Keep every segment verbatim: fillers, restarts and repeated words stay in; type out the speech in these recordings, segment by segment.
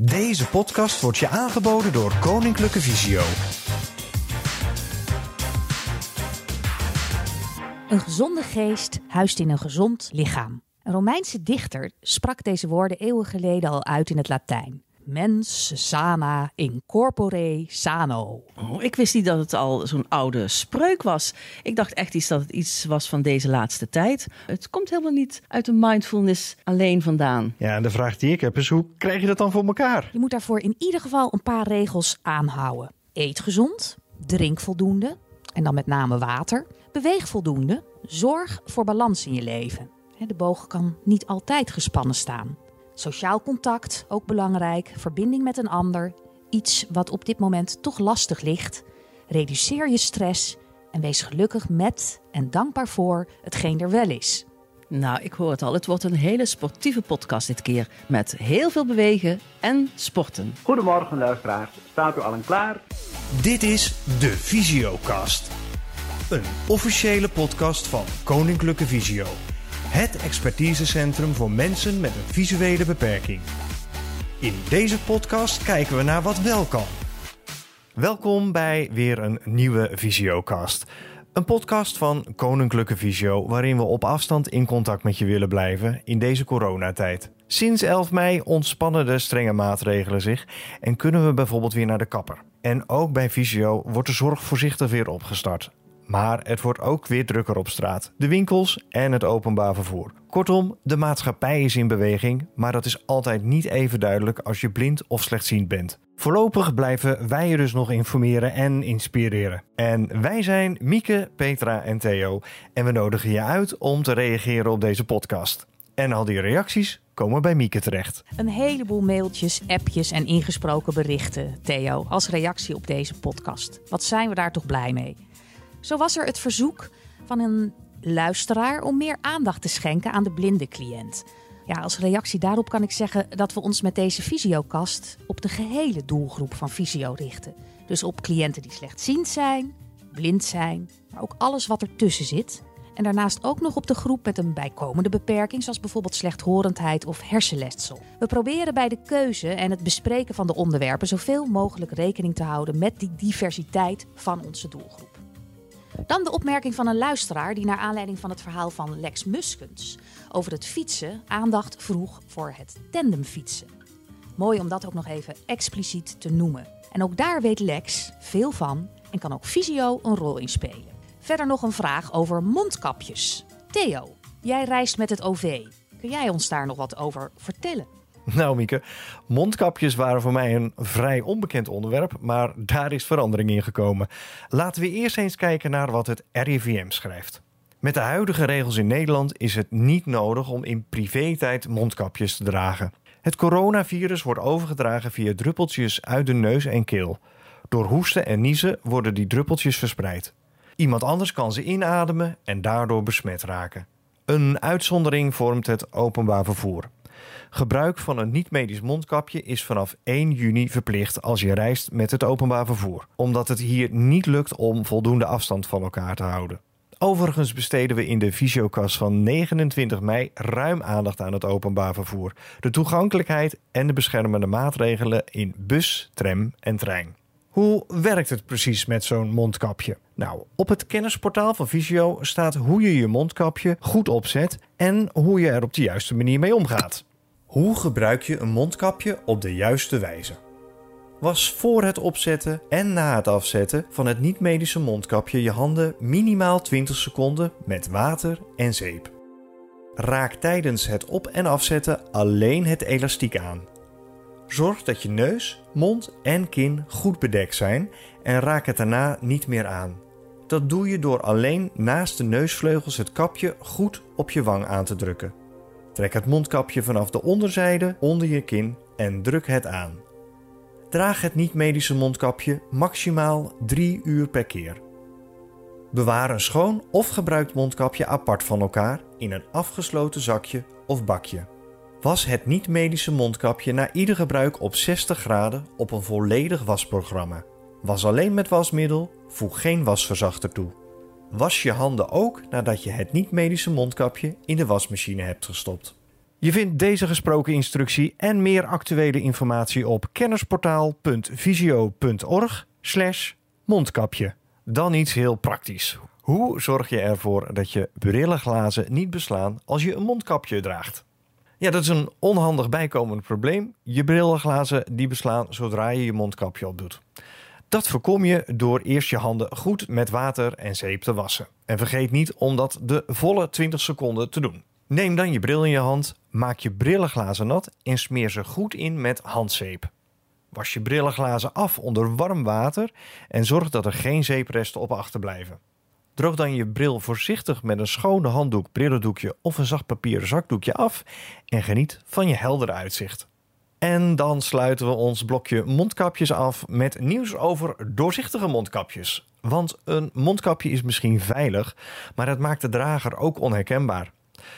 Deze podcast wordt je aangeboden door Koninklijke Visio. Een gezonde geest huist in een gezond lichaam. Een Romeinse dichter sprak deze woorden eeuwen geleden al uit in het Latijn. Mens sana in corpore sano. Oh, ik wist niet dat het al zo'n oude spreuk was. Ik dacht echt iets dat het iets was van deze laatste tijd. Het komt helemaal niet uit de mindfulness alleen vandaan. Ja, en de vraag die ik heb is, hoe krijg je dat dan voor elkaar? Je moet daarvoor in ieder geval een paar regels aanhouden. Eet gezond, drink voldoende en dan met name water. Beweeg voldoende, zorg voor balans in je leven. De boog kan niet altijd gespannen staan. Sociaal contact, ook belangrijk. Verbinding met een ander. Iets wat op dit moment toch lastig ligt. Reduceer je stress en wees gelukkig met en dankbaar voor hetgeen er wel is. Nou, ik hoor het al. Het wordt een hele sportieve podcast dit keer. Met heel veel bewegen en sporten. Goedemorgen luisteraars. Staat u allen klaar? Dit is de Visiocast. Een officiële podcast van Koninklijke Visio. Het expertisecentrum voor mensen met een visuele beperking. In deze podcast kijken we naar wat wel kan. Welkom bij weer een nieuwe Visiocast. Een podcast van Koninklijke Visio waarin we op afstand in contact met je willen blijven in deze coronatijd. Sinds elf mei ontspannen de strenge maatregelen zich en kunnen we bijvoorbeeld weer naar de kapper. En ook bij Visio wordt de zorg voorzichtig weer opgestart. Maar het wordt ook weer drukker op straat, de winkels en het openbaar vervoer. Kortom, de maatschappij is in beweging, maar dat is altijd niet even duidelijk als je blind of slechtziend bent. Voorlopig blijven wij je dus nog informeren en inspireren. En wij zijn Mieke, Petra en Theo en we nodigen je uit om te reageren op deze podcast. En al die reacties komen bij Mieke terecht. Een heleboel mailtjes, appjes en ingesproken berichten, Theo, als reactie op deze podcast. Wat zijn we daar toch blij mee? Zo was er het verzoek van een luisteraar om meer aandacht te schenken aan de blinde cliënt. Ja, als reactie daarop kan ik zeggen dat we ons met deze Visiocast op de gehele doelgroep van Visio richten. Dus op cliënten die slechtziend zijn, blind zijn, maar ook alles wat ertussen zit. En daarnaast ook nog op de groep met een bijkomende beperking, zoals bijvoorbeeld slechthorendheid of hersenletsel. We proberen bij de keuze en het bespreken van de onderwerpen zoveel mogelijk rekening te houden met die diversiteit van onze doelgroep. Dan de opmerking van een luisteraar die naar aanleiding van het verhaal van Lex Muskens over het fietsen aandacht vroeg voor het tandemfietsen. Mooi om dat ook nog even expliciet te noemen. En ook daar weet Lex veel van en kan ook Visio een rol in spelen. Verder nog een vraag over mondkapjes. Theo, jij reist met het O V. Kun jij ons daar nog wat over vertellen? Nou Mieke, mondkapjes waren voor mij een vrij onbekend onderwerp, maar daar is verandering in gekomen. Laten we eerst eens kijken naar wat het R I V M schrijft. Met de huidige regels in Nederland is het niet nodig om in privé-tijd mondkapjes te dragen. Het coronavirus wordt overgedragen via druppeltjes uit de neus en keel. Door hoesten en niezen worden die druppeltjes verspreid. Iemand anders kan ze inademen en daardoor besmet raken. Een uitzondering vormt het openbaar vervoer. Gebruik van een niet-medisch mondkapje is vanaf één juni verplicht als je reist met het openbaar vervoer, omdat het hier niet lukt om voldoende afstand van elkaar te houden. Overigens besteden we in de Visiocast van negenentwintig mei ruim aandacht aan het openbaar vervoer, de toegankelijkheid en de beschermende maatregelen in bus, tram en trein. Hoe werkt het precies met zo'n mondkapje? Nou, op het kennisportaal van Visio staat hoe je je mondkapje goed opzet en hoe je er op de juiste manier mee omgaat. Hoe gebruik je een mondkapje op de juiste wijze? Was voor het opzetten en na het afzetten van het niet-medische mondkapje je handen minimaal twintig seconden met water en zeep. Raak tijdens het op- en afzetten alleen het elastiek aan. Zorg dat je neus, mond en kin goed bedekt zijn en raak het daarna niet meer aan. Dat doe je door alleen naast de neusvleugels het kapje goed op je wang aan te drukken. Trek het mondkapje vanaf de onderzijde onder je kin en druk het aan. Draag het niet-medische mondkapje maximaal drie uur per keer. Bewaar een schoon of gebruikt mondkapje apart van elkaar in een afgesloten zakje of bakje. Was het niet-medische mondkapje na ieder gebruik op zestig graden op een volledig wasprogramma. Was alleen met wasmiddel, voeg geen wasverzachter toe. Was je handen ook nadat je het niet-medische mondkapje in de wasmachine hebt gestopt. Je vindt deze gesproken instructie en meer actuele informatie op kennisportaal.visio.org slash mondkapje. Dan iets heel praktisch. Hoe zorg je ervoor dat je brillenglazen niet beslaan als je een mondkapje draagt? Ja, dat is een onhandig bijkomend probleem. Je brillenglazen die beslaan zodra je je mondkapje opdoet. Dat voorkom je door eerst je handen goed met water en zeep te wassen. En vergeet niet om dat de volle twintig seconden te doen. Neem dan je bril in je hand, maak je brillenglazen nat en smeer ze goed in met handzeep. Was je brillenglazen af onder warm water en zorg dat er geen zeepresten op achterblijven. Droog dan je bril voorzichtig met een schone handdoek, brillendoekje of een zacht papieren zakdoekje af en geniet van je heldere uitzicht. En dan sluiten we ons blokje mondkapjes af met nieuws over doorzichtige mondkapjes. Want een mondkapje is misschien veilig, maar het maakt de drager ook onherkenbaar.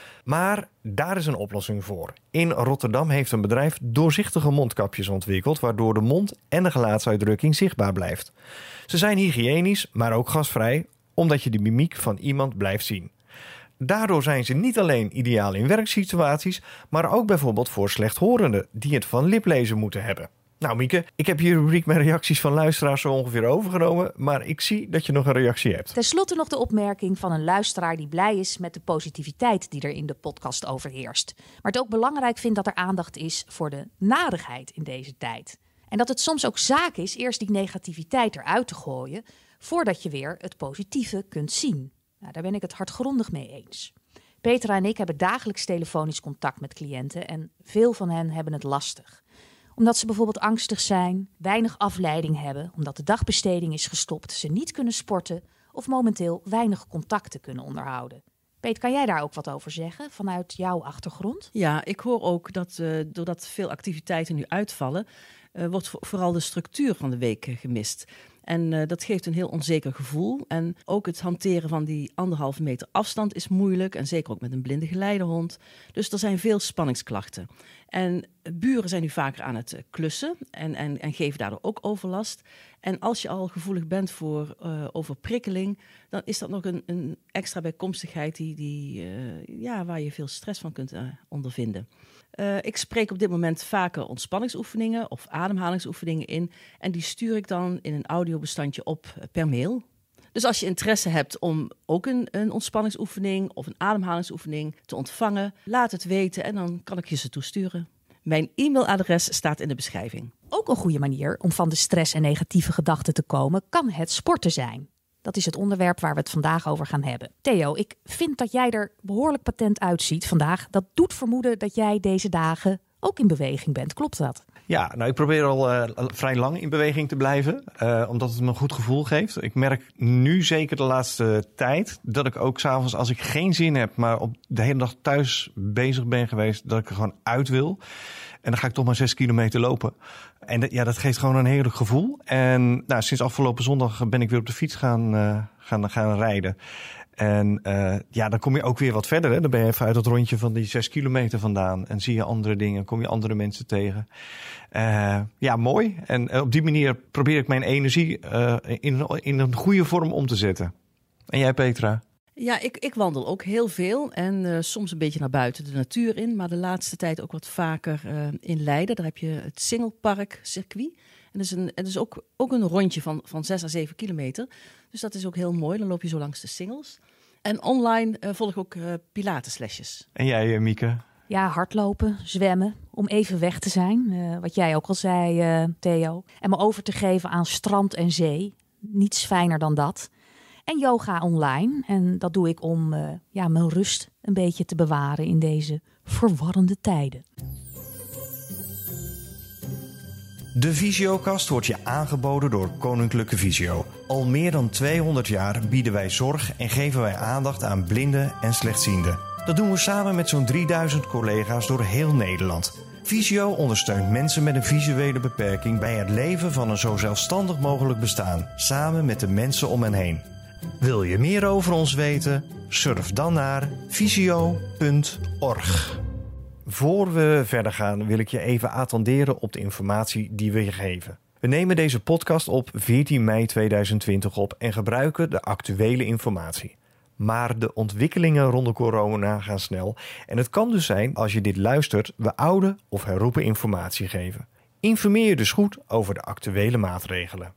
Maar daar is een oplossing voor. In Rotterdam heeft een bedrijf doorzichtige mondkapjes ontwikkeld, waardoor de mond en de gelaatsuitdrukking zichtbaar blijft. Ze zijn hygiënisch, maar ook gasvrij, omdat je de mimiek van iemand blijft zien. Daardoor zijn ze niet alleen ideaal in werksituaties, maar ook bijvoorbeeld voor slechthorenden die het van liplezen moeten hebben. Nou Mieke, ik heb je rubriek met reacties van luisteraars zo ongeveer overgenomen, maar ik zie dat je nog een reactie hebt. Ten slotte nog de opmerking van een luisteraar die blij is met de positiviteit die er in de podcast overheerst. Maar het ook belangrijk vindt dat er aandacht is voor de narigheid in deze tijd. En dat het soms ook zaak is eerst die negativiteit eruit te gooien, voordat je weer het positieve kunt zien. Nou, daar ben ik het hardgrondig mee eens. Petra en ik hebben dagelijks telefonisch contact met cliënten en veel van hen hebben het lastig. Omdat ze bijvoorbeeld angstig zijn, weinig afleiding hebben, omdat de dagbesteding is gestopt, ze niet kunnen sporten of momenteel weinig contacten kunnen onderhouden. Peet, kan jij daar ook wat over zeggen vanuit jouw achtergrond? Ja, ik hoor ook dat uh, doordat veel activiteiten nu uitvallen, uh, wordt vo- vooral de structuur van de week uh, gemist. En uh, dat geeft een heel onzeker gevoel. En ook het hanteren van die anderhalve meter afstand is moeilijk. En zeker ook met een blinde geleidehond. Dus er zijn veel spanningsklachten. En buren zijn nu vaker aan het klussen en, en, en geven daardoor ook overlast. En als je al gevoelig bent voor uh, overprikkeling, dan is dat nog een, een extra bijkomstigheid die, die, uh, ja, waar je veel stress van kunt uh, ondervinden. Uh, ik spreek op dit moment vaker ontspanningsoefeningen of ademhalingsoefeningen in. En die stuur ik dan in een audiobestandje op uh, per mail. Dus als je interesse hebt om ook een, een ontspanningsoefening of een ademhalingsoefening te ontvangen, laat het weten en dan kan ik je ze toesturen. Mijn e-mailadres staat in de beschrijving. Ook een goede manier om van de stress en negatieve gedachten te komen kan het sporten zijn. Dat is het onderwerp waar we het vandaag over gaan hebben. Theo, ik vind dat jij er behoorlijk patent uitziet vandaag. Dat doet vermoeden dat jij deze dagen ook in beweging bent. Klopt dat? Ja, nou ik probeer al uh, vrij lang in beweging te blijven, uh, omdat het me een goed gevoel geeft. Ik merk nu zeker de laatste tijd dat ik ook 's avonds als ik geen zin heb, maar op de hele dag thuis bezig ben geweest, dat ik er gewoon uit wil. En dan ga ik toch maar zes kilometer lopen. En dat, ja, dat geeft gewoon een heerlijk gevoel. En nou, sinds afgelopen zondag ben ik weer op de fiets gaan, uh, gaan, gaan rijden. En uh, ja, dan kom je ook weer wat verder. Hè? Dan ben je even uit het rondje van die zes kilometer vandaan. En zie je andere dingen, kom je andere mensen tegen. Uh, ja, mooi. En uh, op die manier probeer ik mijn energie uh, in, in een goede vorm om te zetten. En jij, Petra? Ja, ik, ik wandel ook heel veel en uh, soms een beetje naar buiten de natuur in. Maar de laatste tijd ook wat vaker uh, in Leiden. Daar heb je het Singelpark circuit. En dat is, een, het is ook, ook een rondje van, van zes à zeven kilometer. Dus dat is ook heel mooi. Dan loop je zo langs de singels. En online uh, volg ik ook uh, pilateslesjes. En jij, uh, Mieke? Ja, hardlopen, zwemmen, om even weg te zijn. Uh, wat jij ook al zei, uh, Theo. En me over te geven aan strand en zee. Niets fijner dan dat. En yoga online. En dat doe ik om uh, ja, mijn rust een beetje te bewaren in deze verwarrende tijden. De Visiokast wordt je aangeboden door Koninklijke Visio. Al meer dan tweehonderd jaar bieden wij zorg en geven wij aandacht aan blinden en slechtzienden. Dat doen we samen met zo'n drieduizend collega's door heel Nederland. Visio ondersteunt mensen met een visuele beperking bij het leven van een zo zelfstandig mogelijk bestaan, samen met de mensen om hen heen. Wil je meer over ons weten? Surf dan naar visio punt org. Voor we verder gaan wil ik je even attenderen op de informatie die we je geven. We nemen deze podcast op veertien mei tweeduizend twintig op en gebruiken de actuele informatie. Maar de ontwikkelingen rondom corona gaan snel. En het kan dus zijn, als je dit luistert, we oude of herroepen informatie geven. Informeer je dus goed over de actuele maatregelen.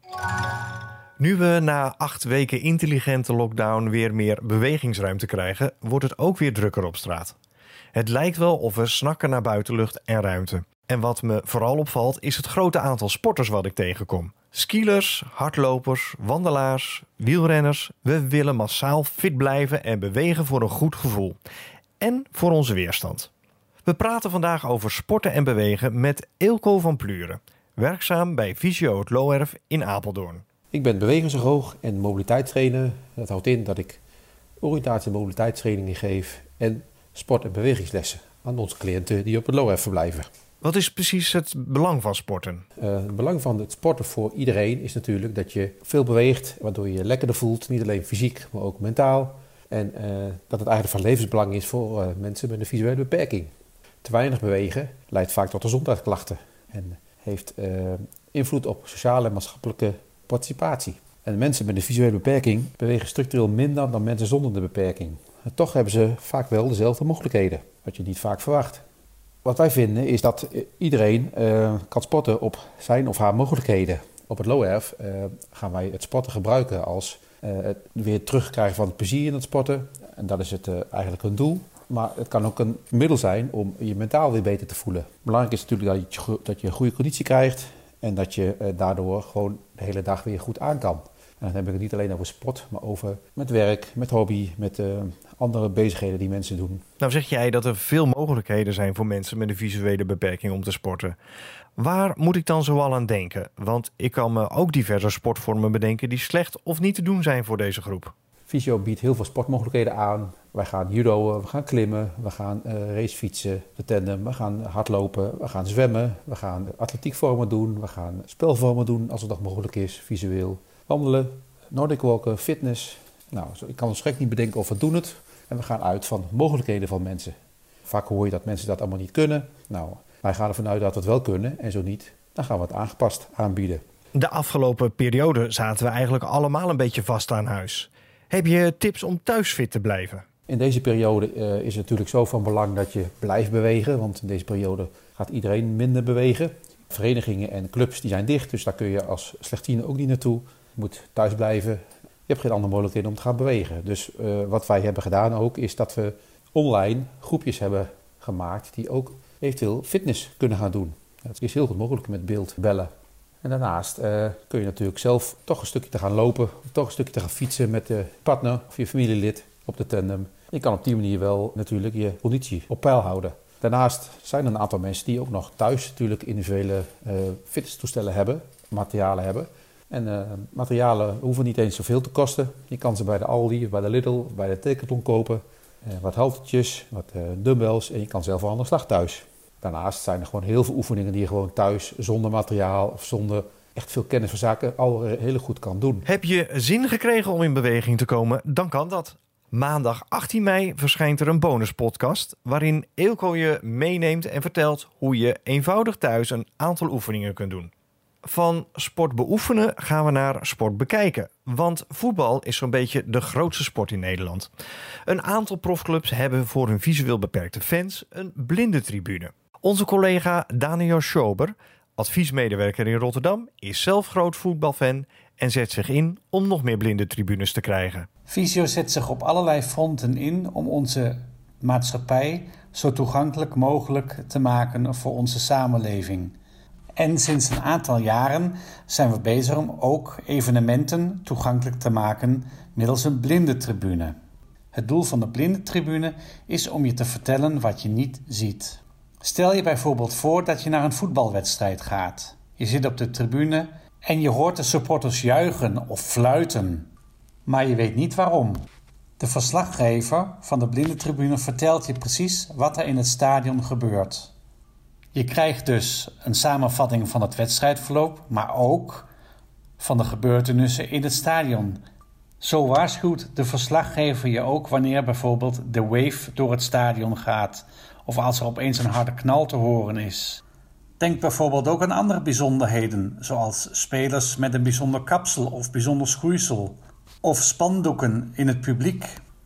Nu we na acht weken intelligente lockdown weer meer bewegingsruimte krijgen, wordt het ook weer drukker op straat. Het lijkt wel of we snakken naar buitenlucht en ruimte. En wat me vooral opvalt is het grote aantal sporters wat ik tegenkom. Skielers, hardlopers, wandelaars, wielrenners. We willen massaal fit blijven en bewegen voor een goed gevoel. En voor onze weerstand. We praten vandaag over sporten en bewegen met Eelco van Pluren. Werkzaam bij Fysio het Looerf in Apeldoorn. Ik ben bewegingspedagoog en mobiliteitstrainer. Dat houdt in dat ik oriëntatie- en mobiliteitstrainingen geef en sport- en bewegingslessen aan onze cliënten die op het Looerf verblijven. Wat is precies het belang van sporten? Uh, het belang van het sporten voor iedereen is natuurlijk dat je veel beweegt, waardoor je je lekkerder voelt, niet alleen fysiek, maar ook mentaal. En uh, dat het eigenlijk van levensbelang is voor uh, mensen met een visuele beperking. Te weinig bewegen leidt vaak tot gezondheidsklachten en heeft uh, invloed op sociale en maatschappelijke participatie. En mensen met een visuele beperking bewegen structureel minder dan mensen zonder de beperking. En toch hebben ze vaak wel dezelfde mogelijkheden, wat je niet vaak verwacht. Wat wij vinden is dat iedereen uh, kan sporten op zijn of haar mogelijkheden. Op het Looerf uh, gaan wij het sporten gebruiken als uh, het weer terugkrijgen van het plezier in het sporten. En dat is het uh, eigenlijk een doel. Maar het kan ook een middel zijn om je mentaal weer beter te voelen. Belangrijk is natuurlijk dat je, dat je een goede conditie krijgt en dat je uh, daardoor gewoon de hele dag weer goed aan kan. En dan heb ik het niet alleen over sport, maar over met werk, met hobby, met uh, andere bezigheden die mensen doen. Nou zeg jij dat er veel mogelijkheden zijn voor mensen met een visuele beperking om te sporten. Waar moet ik dan zoal aan denken? Want ik kan me ook diverse sportvormen bedenken die slecht of niet te doen zijn voor deze groep. Fysio biedt heel veel sportmogelijkheden aan. Wij gaan judoën, we gaan klimmen, we gaan uh, racefietsen, de tandem, we gaan hardlopen, we gaan zwemmen, we gaan atletiekvormen doen, we gaan spelvormen doen als het nog mogelijk is, visueel. Wandelen, Nordic walken, fitness. Nou, ik kan ons gek niet bedenken of we doen het. En we gaan uit van mogelijkheden van mensen. Vaak hoor je dat mensen dat allemaal niet kunnen. Nou, wij gaan ervan uit dat we het wel kunnen. En zo niet, dan gaan we het aangepast aanbieden. De afgelopen periode zaten we eigenlijk allemaal een beetje vast aan huis. Heb je tips om thuis fit te blijven? In deze periode uh, is het natuurlijk zo van belang dat je blijft bewegen. Want in deze periode gaat iedereen minder bewegen. Verenigingen en clubs die zijn dicht. Dus daar kun je als slechtziende ook niet naartoe. Je moet thuis blijven. Je hebt geen andere mogelijkheden om te gaan bewegen. Dus uh, wat wij hebben gedaan ook is dat we online groepjes hebben gemaakt die ook eventueel fitness kunnen gaan doen. Dat is heel goed mogelijk met beeld bellen. En daarnaast uh, kun je natuurlijk zelf toch een stukje te gaan lopen, toch een stukje te gaan fietsen met de partner of je familielid op de tandem. Je kan op die manier wel natuurlijk je conditie op peil houden. Daarnaast zijn er een aantal mensen die ook nog thuis natuurlijk individuele uh, fitnesstoestellen hebben, materialen hebben. En uh, materialen hoeven niet eens zoveel te kosten. Je kan ze bij de Aldi, bij de Lidl, bij de Decathlon kopen. Uh, wat haltertjes, wat uh, dumbbells en je kan zelf aan de slag thuis. Daarnaast zijn er gewoon heel veel oefeningen die je gewoon thuis zonder materiaal of zonder echt veel kennis van zaken al heel goed kan doen. Heb je zin gekregen om in beweging te komen? Dan kan dat. Maandag achttien mei verschijnt er een bonuspodcast waarin Eelco je meeneemt en vertelt hoe je eenvoudig thuis een aantal oefeningen kunt doen. Van sport beoefenen gaan we naar sport bekijken. Want voetbal is zo'n beetje de grootste sport in Nederland. Een aantal profclubs hebben voor hun visueel beperkte fans een blinde tribune. Onze collega Daniel Schober, adviesmedewerker in Rotterdam, is zelf groot voetbalfan en zet zich in om nog meer blinde tribunes te krijgen. Fysio zet zich op allerlei fronten in om onze maatschappij zo toegankelijk mogelijk te maken voor onze samenleving. En sinds een aantal jaren zijn we bezig om ook evenementen toegankelijk te maken middels een blindentribune. Het doel van de blindentribune is om je te vertellen wat je niet ziet. Stel je bijvoorbeeld voor dat je naar een voetbalwedstrijd gaat. Je zit op de tribune en je hoort de supporters juichen of fluiten, maar je weet niet waarom. De verslaggever van de blindentribune vertelt je precies wat er in het stadion gebeurt. Je krijgt dus een samenvatting van het wedstrijdverloop, maar ook van de gebeurtenissen in het stadion. Zo waarschuwt de verslaggever je ook wanneer bijvoorbeeld de wave door het stadion gaat of als er opeens een harde knal te horen is. Denk bijvoorbeeld ook aan andere bijzonderheden, zoals spelers met een bijzonder kapsel of bijzonder schoeisel, of spandoeken in het publiek.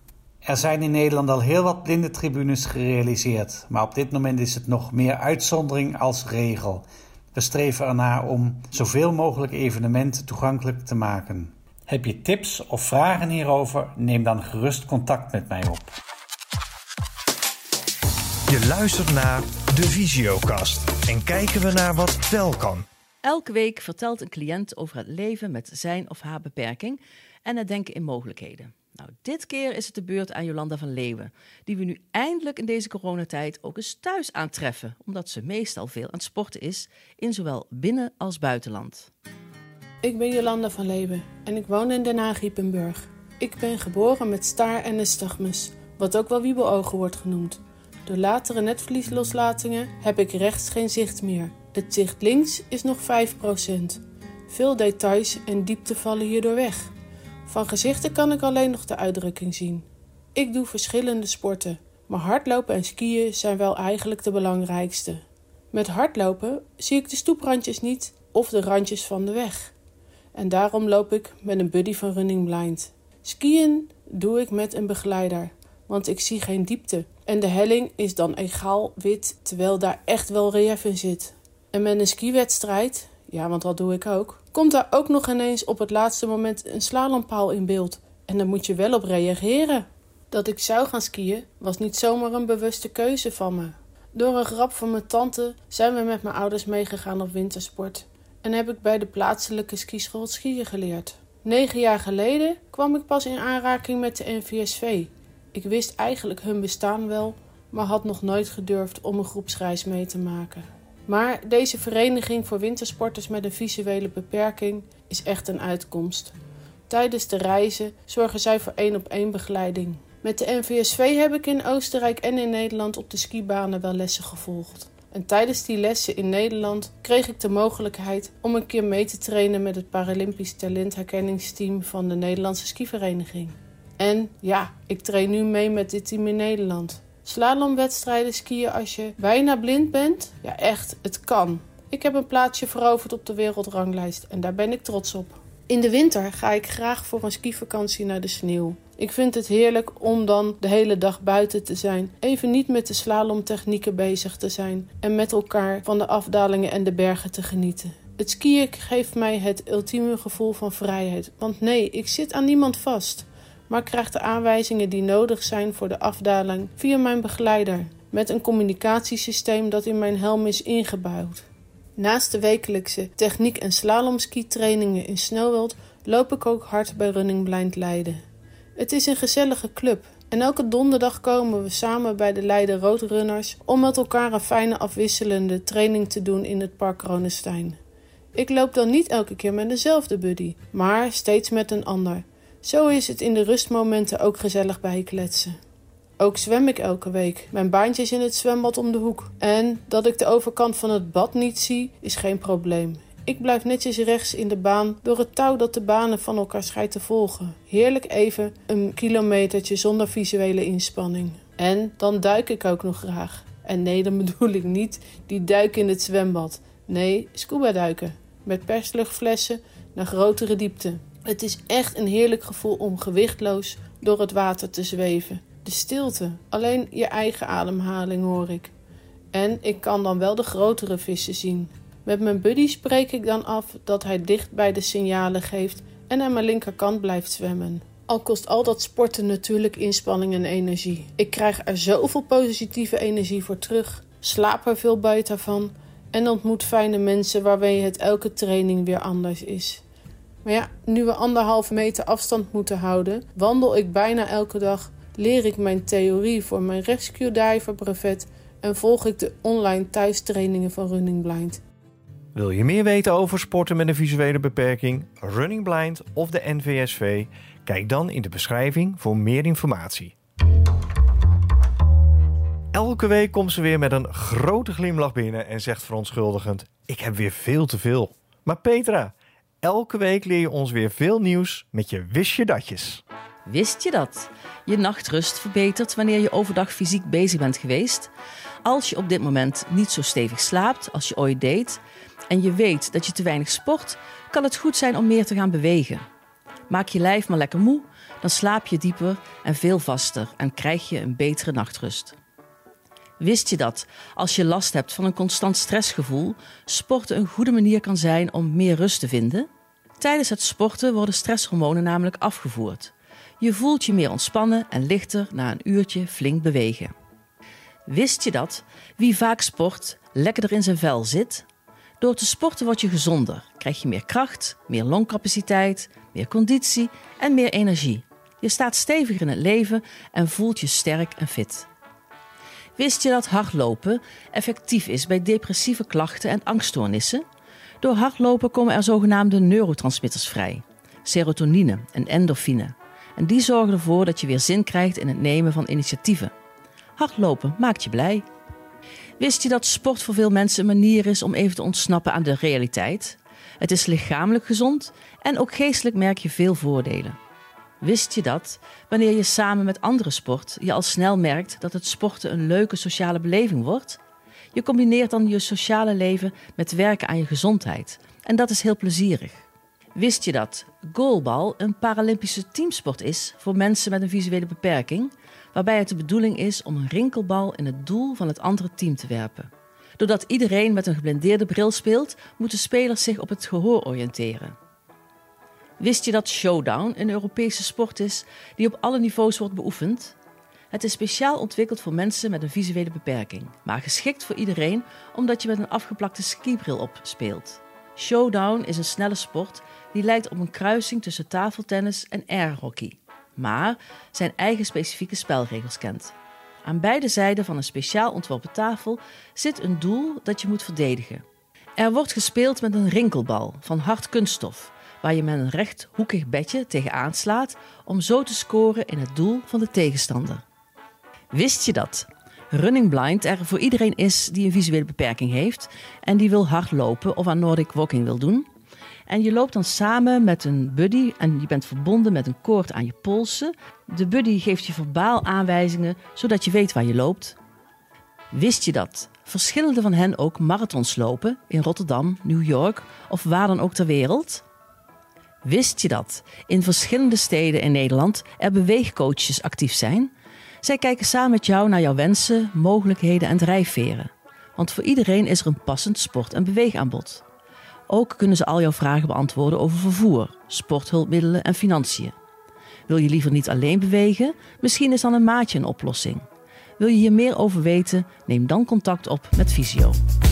Er zijn in Nederland al heel wat blindentribunes gerealiseerd, maar op dit moment is het nog meer uitzondering als regel. We streven ernaar om zoveel mogelijk evenementen toegankelijk te maken. Heb je tips of vragen hierover? Neem dan gerust contact met mij op. Je luistert naar de Visiokast en kijken we naar wat wel kan. Elke week vertelt een cliënt over het leven met zijn of haar beperking en het denken in mogelijkheden. Nou, dit keer is het de beurt aan Jolanda van Leeuwen, die we nu eindelijk in deze coronatijd ook eens thuis aantreffen, omdat ze meestal veel aan het sporten is, in zowel binnen- als buitenland. Ik ben Jolanda van Leeuwen en ik woon in Den Haag-Ypenburg. Ik ben geboren met staar en nystagmus, wat ook wel wiebelogen wordt genoemd. Door latere netvlieslosslatingen heb ik rechts geen zicht meer. Het zicht links is nog vijf procent. Veel details en diepte vallen hierdoor weg. Van gezichten kan ik alleen nog de uitdrukking zien. Ik doe verschillende sporten, maar hardlopen en skiën zijn wel eigenlijk de belangrijkste. Met hardlopen zie ik de stoeprandjes niet of de randjes van de weg. En daarom loop ik met een buddy van Running Blind. Skiën doe ik met een begeleider, want ik zie geen diepte. En de helling is dan egaal wit, terwijl daar echt wel relief in zit. En met een skiwedstrijd, ja, want dat doe ik ook, komt daar ook nog ineens op het laatste moment een slalompaal in beeld. En daar moet je wel op reageren. Dat ik zou gaan skiën was niet zomaar een bewuste keuze van me. Door een grap van mijn tante zijn we met mijn ouders meegegaan op wintersport. En heb ik bij de plaatselijke skischool het skiën geleerd. Negen jaar geleden kwam ik pas in aanraking met de N V S V. Ik wist eigenlijk hun bestaan wel, maar had nog nooit gedurfd om een groepsreis mee te maken. Maar deze vereniging voor wintersporters met een visuele beperking is echt een uitkomst. Tijdens de reizen zorgen zij voor één op één begeleiding. Met de N V S V heb ik in Oostenrijk en in Nederland op de skibanen wel lessen gevolgd. En tijdens die lessen in Nederland kreeg ik de mogelijkheid om een keer mee te trainen met het Paralympisch talentherkenningsteam van de Nederlandse skivereniging. En ja, ik train nu mee met dit team in Nederland. Slalomwedstrijden skiën als je bijna blind bent? Ja, echt, het kan. Ik heb een plaatsje veroverd op de wereldranglijst en daar ben ik trots op. In de winter ga ik graag voor een skivakantie naar de sneeuw. Ik vind het heerlijk om dan de hele dag buiten te zijn, even niet met de slalomtechnieken bezig te zijn en met elkaar van de afdalingen en de bergen te genieten. Het skiën geeft mij het ultieme gevoel van vrijheid, want nee, ik zit aan niemand vast, maar krijg de aanwijzingen die nodig zijn voor de afdaling via mijn begeleider, met een communicatiesysteem dat in mijn helm is ingebouwd. Naast de wekelijkse techniek- en slalomski-trainingen in Snowworld loop ik ook hard bij Running Blind Leiden. Het is een gezellige club en elke donderdag komen we samen bij de Leiden Roadrunners om met elkaar een fijne afwisselende training te doen in het park Kronestein. Ik loop dan niet elke keer met dezelfde buddy, maar steeds met een ander. Zo is het in de rustmomenten ook gezellig bijkletsen. Ook zwem ik elke week. Mijn baantje is in het zwembad om de hoek. En dat ik de overkant van het bad niet zie, is geen probleem. Ik blijf netjes rechts in de baan door het touw dat de banen van elkaar scheidt te volgen. Heerlijk even een kilometertje zonder visuele inspanning. En dan duik ik ook nog graag. En nee, dan bedoel ik niet die duik in het zwembad. Nee, scuba duiken. Met persluchtflessen naar grotere diepte. Het is echt een heerlijk gevoel om gewichtloos door het water te zweven. De stilte, alleen je eigen ademhaling hoor ik. En ik kan dan wel de grotere vissen zien. Met mijn buddy spreek ik dan af dat hij dicht bij de signalen geeft en aan mijn linkerkant blijft zwemmen. Al kost al dat sporten natuurlijk inspanning en energie. Ik krijg er zoveel positieve energie voor terug, slaap er veel beter van en ontmoet fijne mensen waarmee het elke training weer anders is. Maar ja, nu we anderhalve meter afstand moeten houden, wandel ik bijna elke dag, leer ik mijn theorie voor mijn rescue diver brevet en volg ik de online thuistrainingen van Running Blind. Wil je meer weten over sporten met een visuele beperking, Running Blind of de N V S V? Kijk dan in de beschrijving voor meer informatie. Elke week komt ze weer met een grote glimlach binnen en zegt verontschuldigend: ik heb weer veel te veel. Maar Petra, elke week leer je ons weer veel nieuws met je wist je datjes. Wist je dat? Je nachtrust verbetert wanneer je overdag fysiek bezig bent geweest. Als je op dit moment niet zo stevig slaapt als je ooit deed en je weet dat je te weinig sport, kan het goed zijn om meer te gaan bewegen. Maak je lijf maar lekker moe, dan slaap je dieper en veel vaster en krijg je een betere nachtrust. Wist je dat, als je last hebt van een constant stressgevoel, sporten een goede manier kan zijn om meer rust te vinden? Tijdens het sporten worden stresshormonen namelijk afgevoerd. Je voelt je meer ontspannen en lichter na een uurtje flink bewegen. Wist je dat, wie vaak sport, lekkerder in zijn vel zit? Door te sporten word je gezonder, krijg je meer kracht, meer longcapaciteit, meer conditie en meer energie. Je staat steviger in het leven en voelt je sterk en fit. Wist je dat hardlopen effectief is bij depressieve klachten en angststoornissen? Door hardlopen komen er zogenaamde neurotransmitters vrij, serotonine en endorfine. En die zorgen ervoor dat je weer zin krijgt in het nemen van initiatieven. Hardlopen maakt je blij. Wist je dat sport voor veel mensen een manier is om even te ontsnappen aan de realiteit? Het is lichamelijk gezond en ook geestelijk merk je veel voordelen. Wist je dat, wanneer je samen met anderen sport, je al snel merkt dat het sporten een leuke sociale beleving wordt? Je combineert dan je sociale leven met werken aan je gezondheid. En dat is heel plezierig. Wist je dat goalbal een Paralympische teamsport is voor mensen met een visuele beperking, waarbij het de bedoeling is om een rinkelbal in het doel van het andere team te werpen? Doordat iedereen met een geblindeerde bril speelt, moeten spelers zich op het gehoor oriënteren. Wist je dat showdown een Europese sport is die op alle niveaus wordt beoefend? Het is speciaal ontwikkeld voor mensen met een visuele beperking, maar geschikt voor iedereen omdat je met een afgeplakte skibril op speelt. Showdown is een snelle sport die lijkt op een kruising tussen tafeltennis en airhockey, maar zijn eigen specifieke spelregels kent. Aan beide zijden van een speciaal ontworpen tafel zit een doel dat je moet verdedigen. Er wordt gespeeld met een rinkelbal van hard kunststof, waar je met een rechthoekig bedje tegenaan slaat om zo te scoren in het doel van de tegenstander. Wist je dat Running Blind er voor iedereen is die een visuele beperking heeft en die wil hardlopen of aan Nordic Walking wil doen? En je loopt dan samen met een buddy en je bent verbonden met een koord aan je polsen. De buddy geeft je verbaal aanwijzingen zodat je weet waar je loopt. Wist je dat verschillende van hen ook marathons lopen in Rotterdam, New York of waar dan ook ter wereld? Wist je dat in verschillende steden in Nederland er beweegcoaches actief zijn? Zij kijken samen met jou naar jouw wensen, mogelijkheden en drijfveren. Want voor iedereen is er een passend sport- en beweegaanbod. Ook kunnen ze al jouw vragen beantwoorden over vervoer, sporthulpmiddelen en financiën. Wil je liever niet alleen bewegen? Misschien is dan een maatje een oplossing. Wil je hier meer over weten? Neem dan contact op met Visio.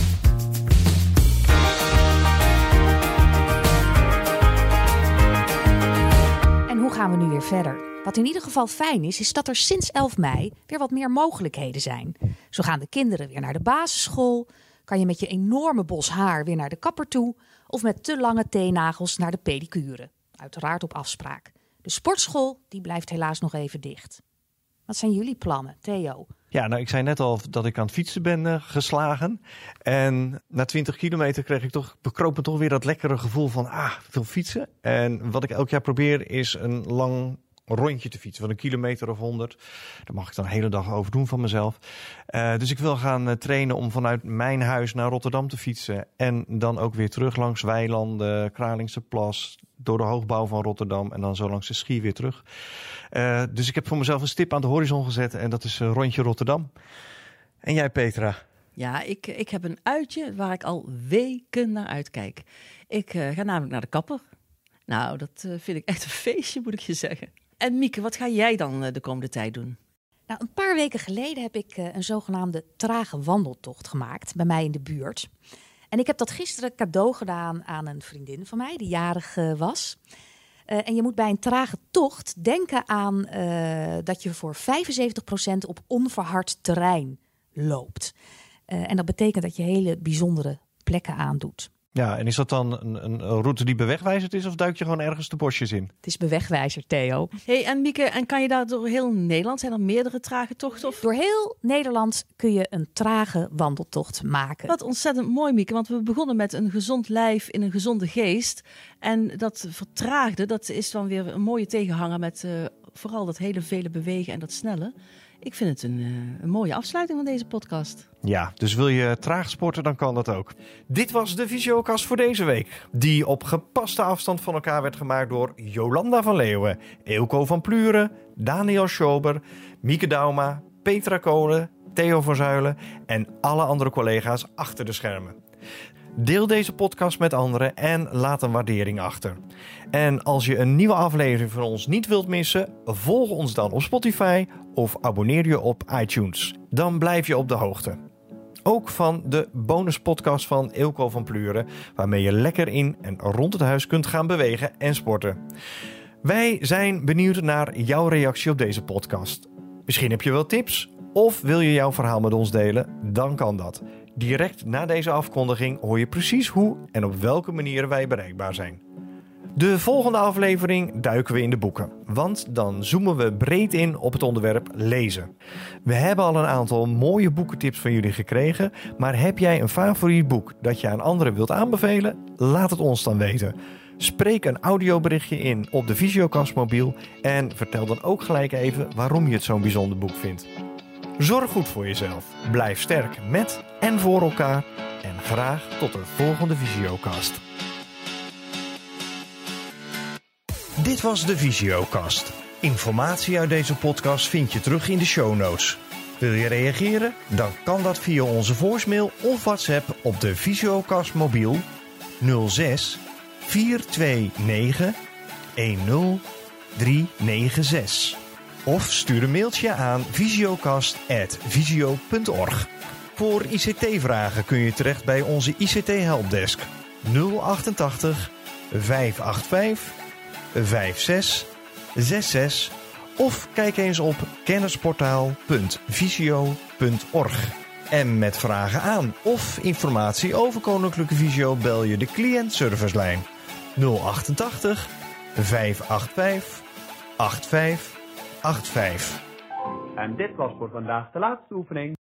En hoe gaan we nu weer verder? Wat in ieder geval fijn is, is dat er sinds elf mei weer wat meer mogelijkheden zijn. Zo gaan de kinderen weer naar de basisschool, kan je met je enorme bos haar weer naar de kapper toe of met te lange teennagels naar de pedicure. Uiteraard op afspraak. De sportschool die blijft helaas nog even dicht. Wat zijn jullie plannen, Theo? Ja, nou, ik zei net al dat ik aan het fietsen ben uh, geslagen. En na twintig kilometer kreeg ik toch, bekroop me toch weer dat lekkere gevoel van, ah, ik wil fietsen. En wat ik elk jaar probeer is een lang rondje te fietsen van een kilometer of honderd. Daar mag ik dan de hele dag over doen van mezelf. Uh, dus ik wil gaan uh, trainen om vanuit mijn huis naar Rotterdam te fietsen. En dan ook weer terug langs weilanden, Kralingse Plas, door de hoogbouw van Rotterdam en dan zo langs de Schie weer terug. Uh, dus ik heb voor mezelf een stip aan de horizon gezet en dat is uh, rondje Rotterdam. En jij, Petra? Ja, ik, ik heb een uitje waar ik al weken naar uitkijk. Ik uh, ga namelijk naar de kapper. Nou, dat uh, vind ik echt een feestje, moet ik je zeggen. En Mieke, wat ga jij dan uh, de komende tijd doen? Nou, een paar weken geleden heb ik uh, een zogenaamde trage wandeltocht gemaakt bij mij in de buurt. En ik heb dat gisteren cadeau gedaan aan een vriendin van mij die jarig uh, was. Uh, en je moet bij een trage tocht denken aan uh, dat je voor vijfenzeventig procent op onverhard terrein loopt. Uh, en dat betekent dat je hele bijzondere plekken aandoet. Ja, en is dat dan een, een route die bewegwijzerd is of duik je gewoon ergens de bosjes in? Het is bewegwijzer, Theo. Hey, en Mieke, en kan je daar door heel Nederland, zijn er meerdere trage tochten? Of? Door heel Nederland kun je een trage wandeltocht maken. Wat ontzettend mooi, Mieke, want we begonnen met een gezond lijf in een gezonde geest. En dat vertraagde, dat is dan weer een mooie tegenhanger met uh, vooral dat hele vele bewegen en dat snelle. ik vind het een, uh, een mooie afsluiting van deze podcast. Ja, dus wil je traag sporten, dan kan dat ook. Dit was de Fysiocast voor deze week. Die op gepaste afstand van elkaar werd gemaakt door Jolanda van Leeuwen, Eelco van Pluren, Daniel Schober, Mieke Dauma, Petra Kolen, Theo van Zuilen en alle andere collega's achter de schermen. Deel deze podcast met anderen en laat een waardering achter. En als je een nieuwe aflevering van ons niet wilt missen, volg ons dan op Spotify of abonneer je op iTunes. Dan blijf je op de hoogte. Ook van de bonuspodcast van Eelco van Pluren, waarmee je lekker in en rond het huis kunt gaan bewegen en sporten. Wij zijn benieuwd naar jouw reactie op deze podcast. Misschien heb je wel tips of wil je jouw verhaal met ons delen? Dan kan dat. Direct na deze afkondiging hoor je precies hoe en op welke manieren wij bereikbaar zijn. De volgende aflevering duiken we in de boeken, want dan zoomen we breed in op het onderwerp lezen. We hebben al een aantal mooie boekentips van jullie gekregen, maar heb jij een favoriet boek dat je aan anderen wilt aanbevelen? Laat het ons dan weten. Spreek een audioberichtje in op de Fysiocast mobiel en vertel dan ook gelijk even waarom je het zo'n bijzonder boek vindt. Zorg goed voor jezelf, blijf sterk met en voor elkaar en graag tot de volgende Fysiocast. Dit was de Fysiocast. Informatie uit deze podcast vind je terug in de show notes. Wil je reageren? Dan kan dat via onze voicemail of WhatsApp op de Fysiocast mobiel nul zes vier twee negen een nul drie negen zes. Of stuur een mailtje aan fysiocast apenstaartje visio punt org. Voor I C T-vragen kun je terecht bij onze I C T-helpdesk nul achtentachtig vijf acht vijf vijf zes zes zes of kijk eens op kennisportaal punt visio punt org. En met vragen aan of informatie over Koninklijke Visio bel je de cliëntservicelijn nul achtentachtig vijf acht vijf acht vijf acht vijf. En dit was voor vandaag de laatste oefening.